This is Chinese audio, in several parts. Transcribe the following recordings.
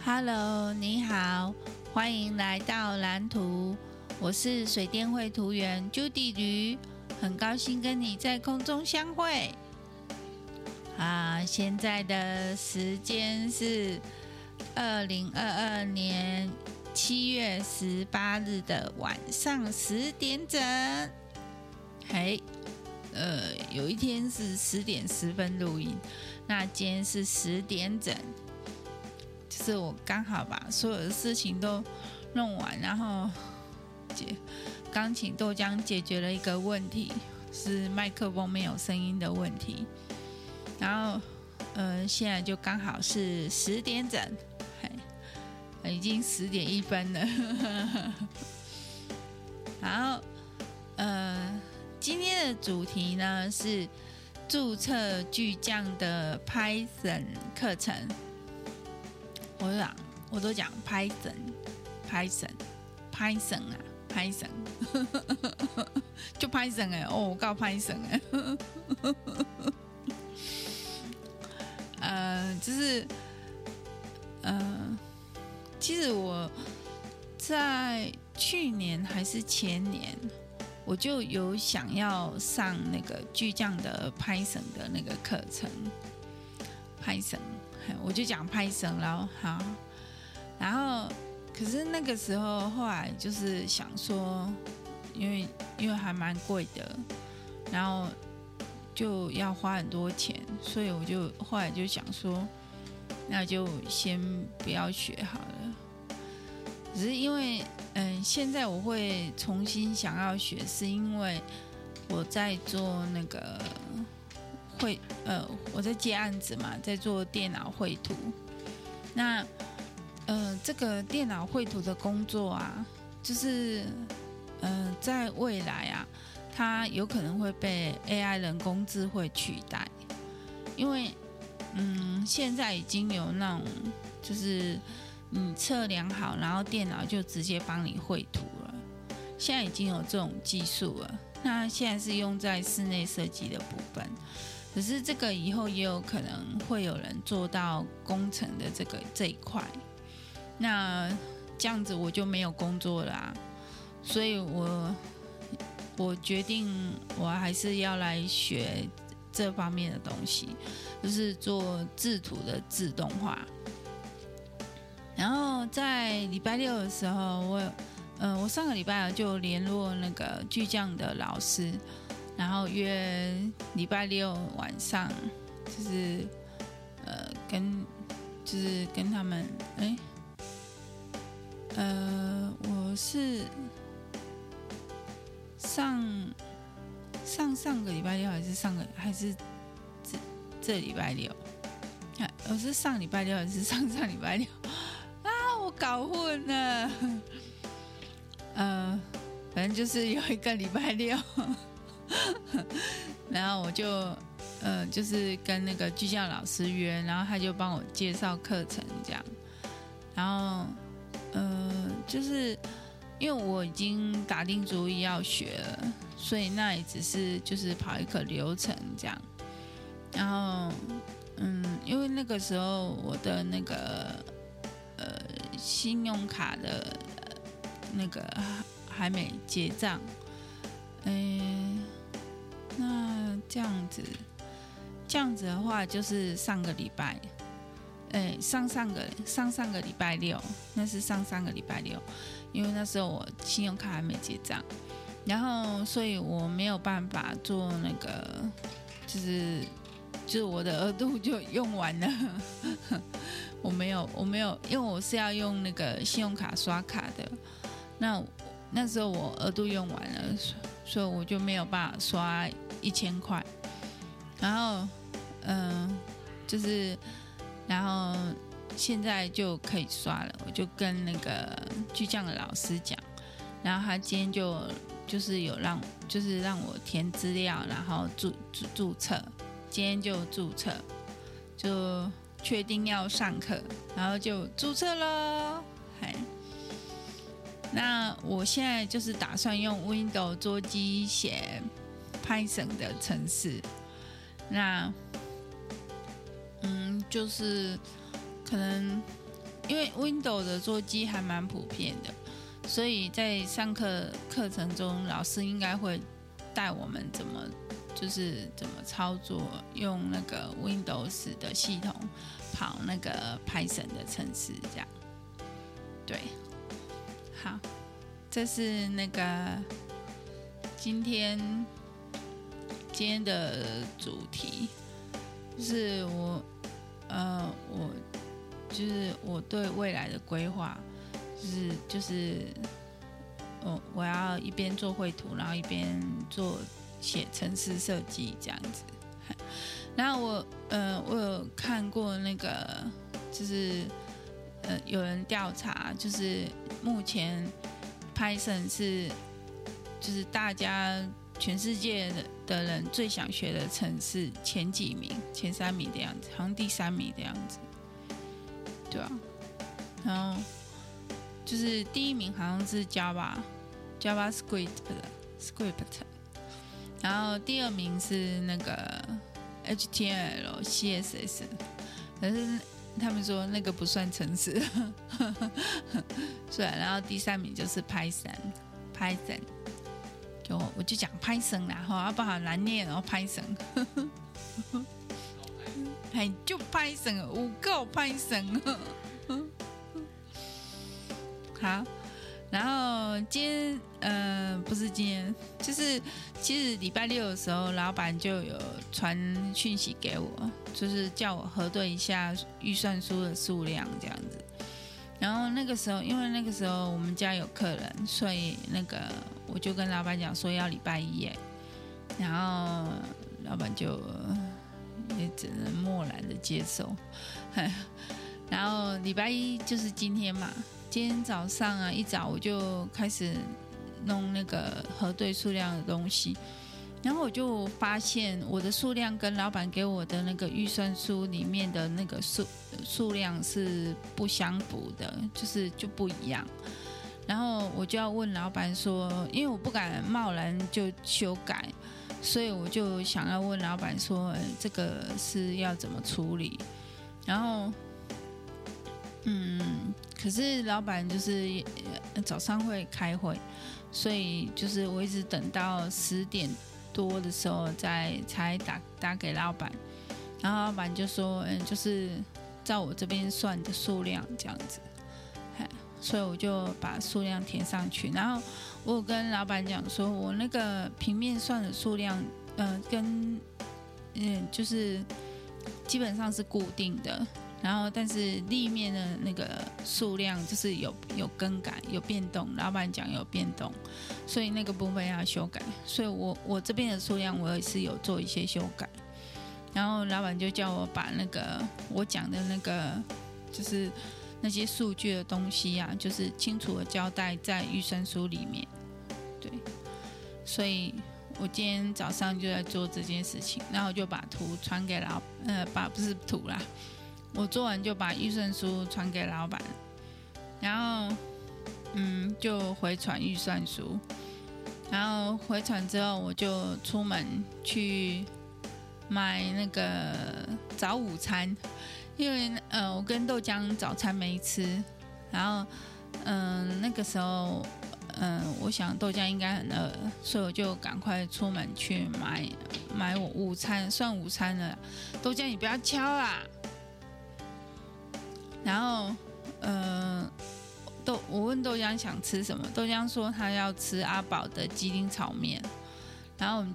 Hello， 你好，欢迎来到蓝图，我是水电绘图员 Judy 驴，很高兴跟你在空中相会。现在的时间是2022年7月18日的晚上10点整。有一天是10点10分录音，那今天是10点整，就是我刚好把所有的事情都弄完，然后钢琴豆浆解决了一个问题，是麦克风没有声音的问题，然后现在就刚好是10点整，已经10点1分了。然后今天的主题呢是注册巨匠的 Python 课程。我都讲 Python 啊 Python 就 Python 我告 Python 就是其实我在去年还是前年，我就有想要上那个巨匠的 Python 的那个课程 Python， 我就讲 Python 咯。好，然后可是那个时候后来就是想说，因为还蛮贵的，然后就要花很多钱，所以我就后来就想说，那就先不要学好了。只是因为现在我会重新想要学，是因为我在做那个我在接案子嘛，在做电脑绘图。那这个电脑绘图的工作啊，就是在未来啊，它有可能会被 AI 人工智慧取代，因为现在已经有那种就是你测量好，然后电脑就直接帮你绘图了。现在已经有这种技术了，那现在是用在室内设计的部分，可是这个以后也有可能会有人做到工程的这一块，那这样子我就没有工作了啊。所以我决定我还是要来学这方面的东西，就是做制图的自动化。然后在礼拜六的时候，我上个礼拜就联络那个巨匠的老师，然后约礼拜六晚上，就是跟他们，我是上个礼拜六还是这礼拜六？我是上礼拜六还是上礼拜六？我搞混了。反正就是有一个礼拜六，然后我就是跟那个巨匠老师约，然后他就帮我介绍课程这样。然后就是因为我已经打定主意要学了，所以那也只是就是跑一个流程这样。然后因为那个时候我的那个信用卡的那个还没结账，那这样子的话，就是上个礼拜，上上个礼拜六，那是上个礼拜六，因为那时候我信用卡还没结账，然后所以我没有办法做那个，就是我的额度就用完了。我没有，因为我是要用那个信用卡刷卡的，那时候我额度用完了，所以我就没有办法刷1000块。然后然后现在就可以刷了，我就跟那个巨匠的老师讲，然后他今天就是让我填资料，然后注册，今天就注册，就确定要上课，然后就注册咯。那我现在就是打算用 Windows 桌机写 Python 的程式。那就是可能因为 Windows 的桌机还蛮普遍的，所以在上课程中，老师应该会带我们怎么操作，用那个 Windows 的系统跑那个 Python 的程式，这样。对，好，这是那个今天的主题，就是我对未来的规划，就是我要一边做绘图，然后一边写程式设计这样子。然后我有看过那个，就是有人调查，就是目前 Python 是就是大家全世界的人最想学的程式前几名，前3名的样子，好像第3名的样子，对啊。然后就是第1名好像是 JavaScript 然后第2名是那个 HTML、CSS， 可是他们说那个不算程式，是啊。然后第3名就是 Python， 我就讲 Python 啦，哈，不好难念哦 ，Python， 哎，就 Python， 有够 Python， 好。然后不是今天，就是其实礼拜6的时候，老板就有传讯息给我，就是叫我核对一下预算书的数量这样子。然后那个时候，因为那个时候我们家有客人，所以那个我就跟老板讲说要礼拜1耶，然后老板就也只能默然的接受。然后礼拜1就是今天嘛。今天早上啊，一早我就开始弄那个核对数量的东西，然后我就发现我的数量跟老板给我的那个预算书里面的那个数量是不相符的，就不一样。然后我就要问老板说，因为我不敢贸然就修改，所以我就想要问老板说，这个是要怎么处理？然后可是老板就是早上会开会，所以就是我一直等到10点多的时候才打给老板，然后老板就说，就是照我这边算的数量这样子，所以我就把数量填上去。然后我有跟老板讲说，我那个平面算的数量，就是基本上是固定的。然后，但是立面的那个数量就是有更改、有变动，老板讲有变动，所以那个部分要修改。所以我这边的数量我也是有做一些修改。然后老板就叫我把那个我讲的那个就是那些数据的东西啊，就是清楚的交代在预算书里面。对，所以我今天早上就在做这件事情，然后我就把图传给不是图啦。我做完就把预算书传给老板，然后就回传预算书，然后回传之后我就出门去买那个早午餐，因为我跟豆浆早餐没吃，然后那个时候我想豆浆应该很饿，所以我就赶快出门去买我午餐，算午餐了。豆浆你不要敲啦。然后，我问豆浆想吃什么，豆浆说他要吃阿宝的鸡丁炒面，然后我们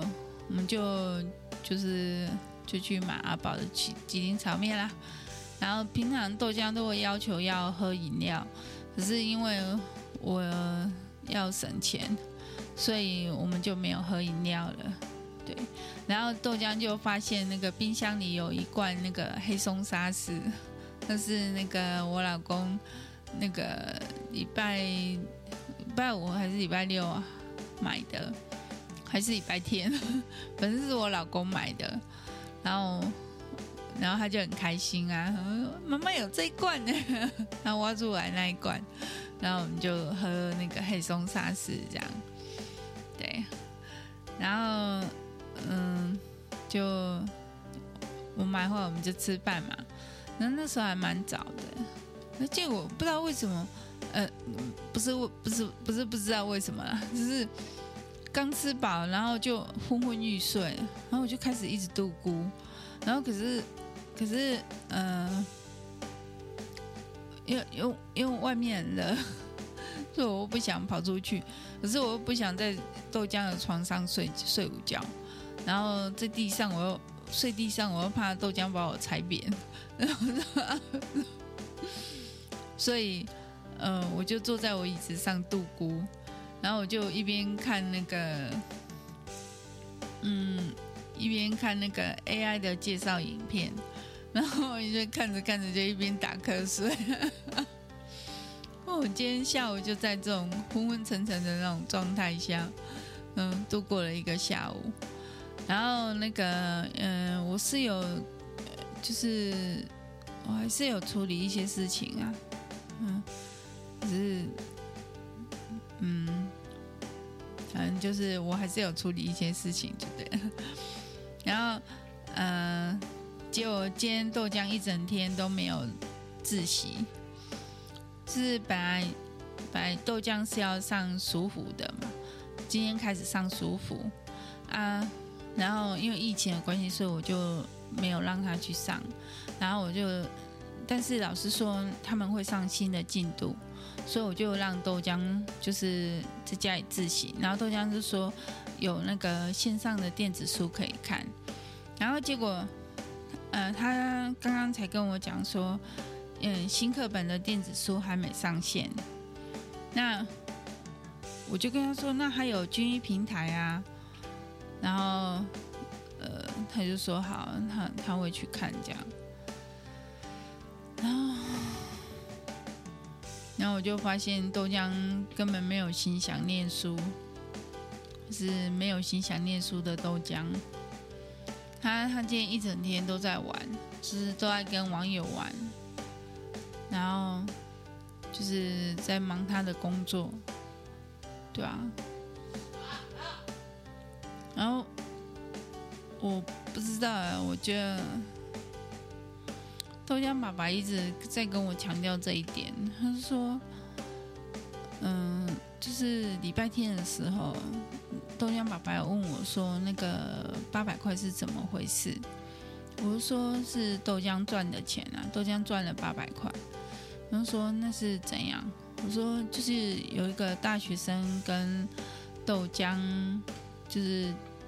就去买阿宝的鸡丁炒面啦。然后平常豆浆都会要求要喝饮料，可是因为我要省钱，所以我们就没有喝饮料了。对，然后豆浆就发现那个冰箱里有一罐那个黑松沙士。那是那个我老公那个礼拜5还是礼拜6啊买的，还是礼拜天，反正是我老公买的。然后他就很开心啊，妈妈有这一罐呢，然后挖出来那一罐，然后我们就喝那个黑松沙士这样。对，然后就我买回来我们就吃饭嘛。那时候还蛮早的， 结果不知道为什么，不是不知道为什么啦，就是刚吃饱，然后就昏昏欲睡，然后我就开始一直度咕，然后可是因为外面很热，所以我又不想跑出去，可是我又不想在豆浆的床上睡午觉，然后在地上我又睡地上，我又怕豆浆把我踩扁，所以我就坐在我椅子上度咕，然后我就一边看那个AI 的介绍影片，然后就看着看着就一边打瞌睡。我今天下午就在这种昏昏沉沉的那种状态下，度过了一个下午。然后我是有，就是我还是有处理一些事情啊，可是反正就是我还是有处理一些事情，就对了。然后结果今天豆浆一整天都没有自习，就是本来豆浆是要上舒服的嘛，今天开始上舒服啊，然后因为疫情的关系，所以我就没有让他去上，然后但是老师说他们会上新的进度，所以我就让豆浆就是在家里自习，然后豆浆就说有那个线上的电子书可以看，然后结果他刚刚才跟我讲说，新课本的电子书还没上线，那我就跟他说，那还有均一平台啊，然后他就说好，他会去看这样，然后我就发现豆浆根本没有心想念书，就是没有心想念书的豆浆。他今天一整天都在玩，就是都在跟网友玩，然后就是在忙他的工作，对啊。然后我不知道啊，我觉得豆浆爸爸一直在跟我强调这一点，他说，就是礼拜天的时候，豆浆爸爸有问我说，那个800块是怎么回事？我就说是豆浆赚的钱啊，豆浆赚了800块。然后说那是怎样？我说就是有一个大学生跟豆浆，就是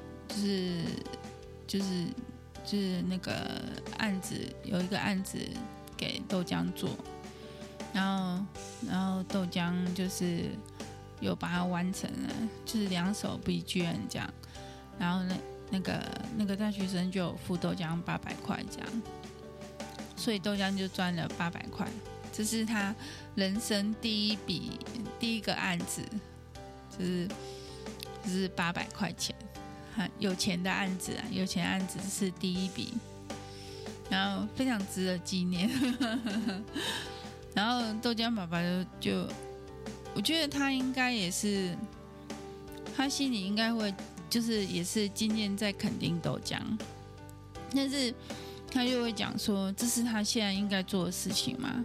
那个案子，有一个案子给豆浆做，然后豆浆就是有把它完成了，就是2手不一人这样，然后那个大学生就有付豆浆800块这样，所以豆浆就赚了800块，这是他人生第一个案子，就是800块钱。有钱的案子啊，有钱案子是第一笔，然后非常值得纪念。然后豆浆爸爸就，我觉得他应该也是，他心里应该会就是也是今天在肯定豆浆，但是他就会讲说，这是他现在应该做的事情吗？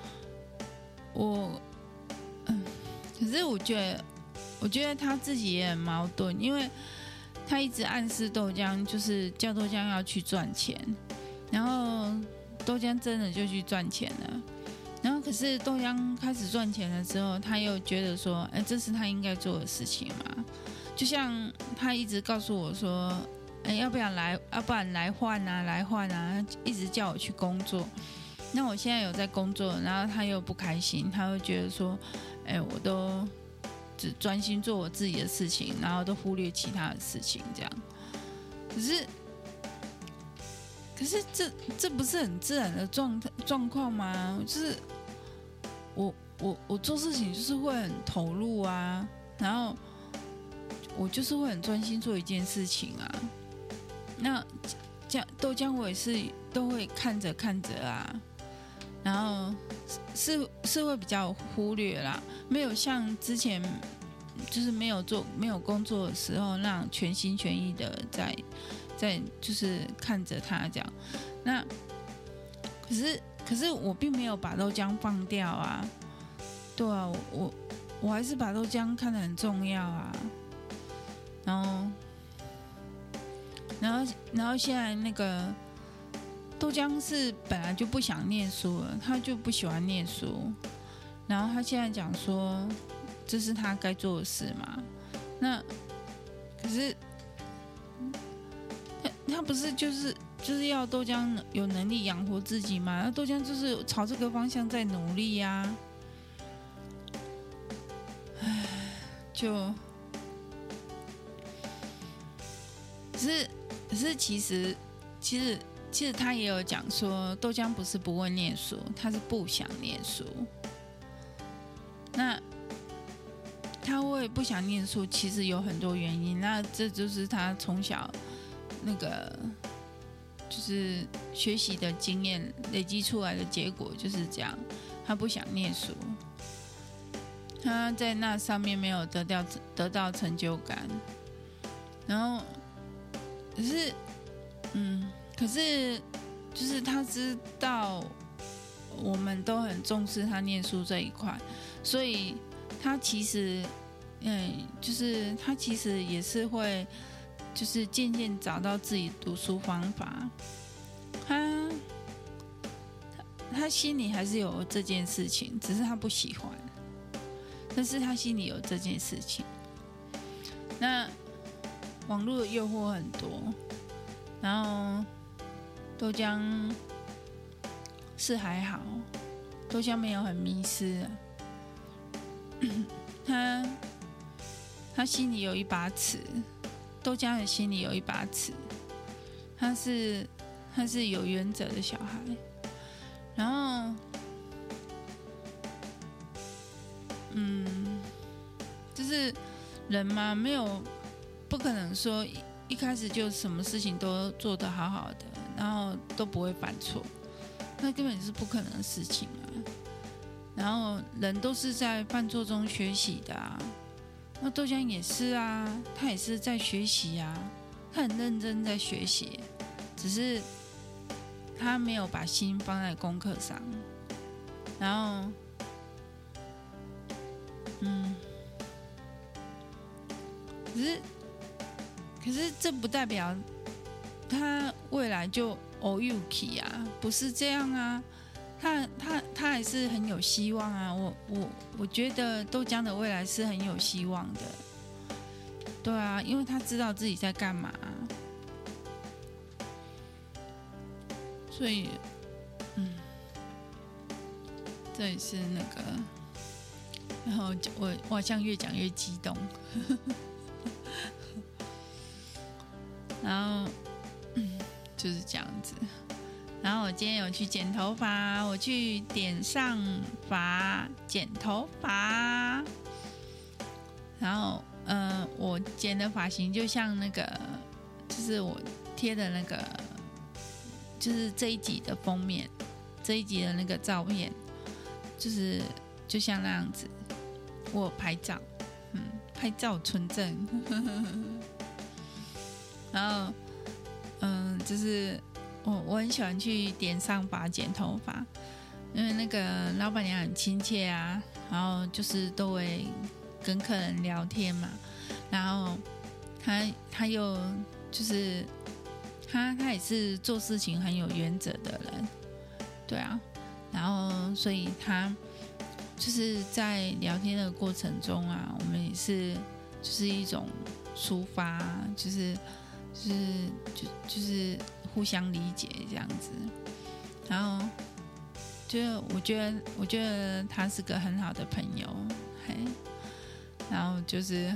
可是我觉得他自己也很矛盾，因为他一直暗示豆浆，就是叫豆浆要去赚钱，然后豆浆真的就去赚钱了，然后可是豆浆开始赚钱了之后，他又觉得说，这是他应该做的事情嘛？就像他一直告诉我说，要不然来换啊，一直叫我去工作。那我现在有在工作，然后他又不开心，他会觉得说，我都只专心做我自己的事情，然后都忽略其他的事情，这样。可是这不是很自然的状况吗？就是我做事情就是会很投入啊，然后我就是会很专心做一件事情啊。那这样豆浆我也是都会看着啊，然后是会比较忽略啦，没有像之前就是没有工作的时候那样全心全意的在就是看着他这样。那可是可是我并没有把豆浆放掉啊，对啊，我还是把豆浆看得很重要啊，然后现在那个豆浆是本来就不想念书了，他就不喜欢念书，然后他现在讲说这是他该做的事嘛，那可是他不是就是要豆浆有能力养活自己嘛？那豆浆就是朝这个方向在努力呀、唉，可是其实他也有讲说，豆浆不是不会念书，他是不想念书。那他会不想念书，其实有很多原因。那这就是他从小那个就是学习的经验累积出来的结果就是这样。他不想念书，他在那上面没有得到成就感，然后可是就是他知道我们都很重视他念书这一块，所以他其实就是他其实也是会就是渐渐找到自己读书方法，他心里还是有这件事情，只是他不喜欢，但是他心里有这件事情。那网络的诱惑很多，然后豆浆是还好，豆浆没有很迷失啊，他心里有一把尺，豆浆的心里有一把尺，他是有原则的小孩，然后就是人嘛，没有不可能说一开始就什么事情都做得好好的，然后都不会犯错，那根本是不可能的事情啊。然后人都是在犯错中学习的啊，那豆浆也是啊，他也是在学习啊，他很认真在学习，只是他没有把心放在功课上，然后可是这不代表他未来就偶有起啊，不是这样啊，他还是很有希望啊，我觉得豆浆的未来是很有希望的，对啊，因为他知道自己在干嘛，所以这也是那个，然后我好像越讲越激动。然后就是这样子，然后我今天有去剪头发，我去点上发剪头发，然后我剪的发型就像那个，就是我贴的那个，就是这一集的封面，这一集的那个照片，就是就像那样子，我有拍照，拍照存证。然后，就是我很喜欢去点上发剪头发，因为那个老板娘很亲切啊，然后就是都会跟客人聊天嘛，然后他又就是他也是做事情很有原则的人，对啊，然后所以他就是在聊天的过程中啊，我们也是就是一种抒发，就是互相理解这样子，然后我觉得他是个很好的朋友，然后就是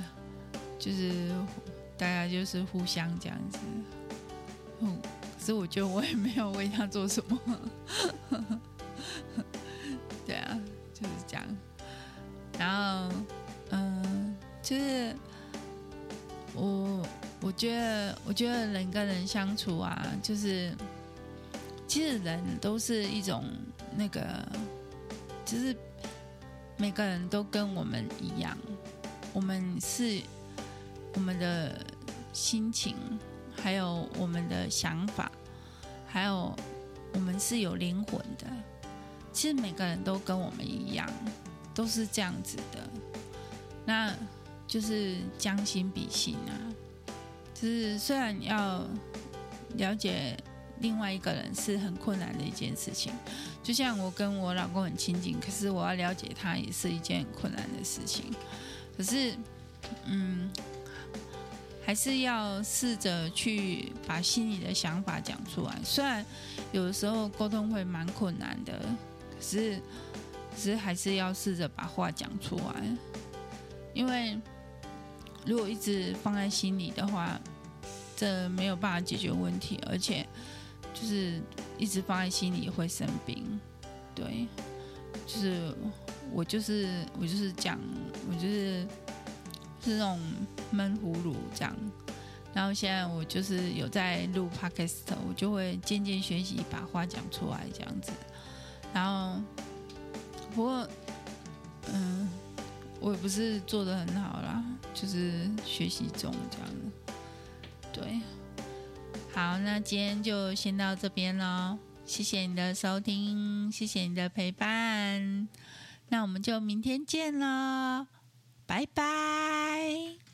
大家就是互相这样子，可是我觉得我也没有为他做什么，对啊，就是这样，然后就是我觉得人跟人相处啊，就是其实人都是一种那个，就是每个人都跟我们一样，我们的心情，还有我们的想法，还有我们是有灵魂的， 其实每个人都跟我们一样，都是这样子的。那就是将心比心啊，就是虽然要了解另外一个人是很困难的一件事情，就像我跟我老公很亲近，可是我要了解他也是一件很困难的事情。可是，还是要试着去把心里的想法讲出来。虽然有的时候沟通会蛮困难的，可是还是要试着把话讲出来。因为如果一直放在心里的话，这没有办法解决问题，而且就是一直放在心里会生病。对，就是我就是讲，我就是那种闷葫芦这样。然后现在我就是有在录 podcast， 我就会渐渐学习把话讲出来这样子。然后不过我也不是做得很好啦，就是学习中这样。对，好，那今天就先到这边咯，谢谢你的收听，谢谢你的陪伴，那我们就明天见咯，拜拜。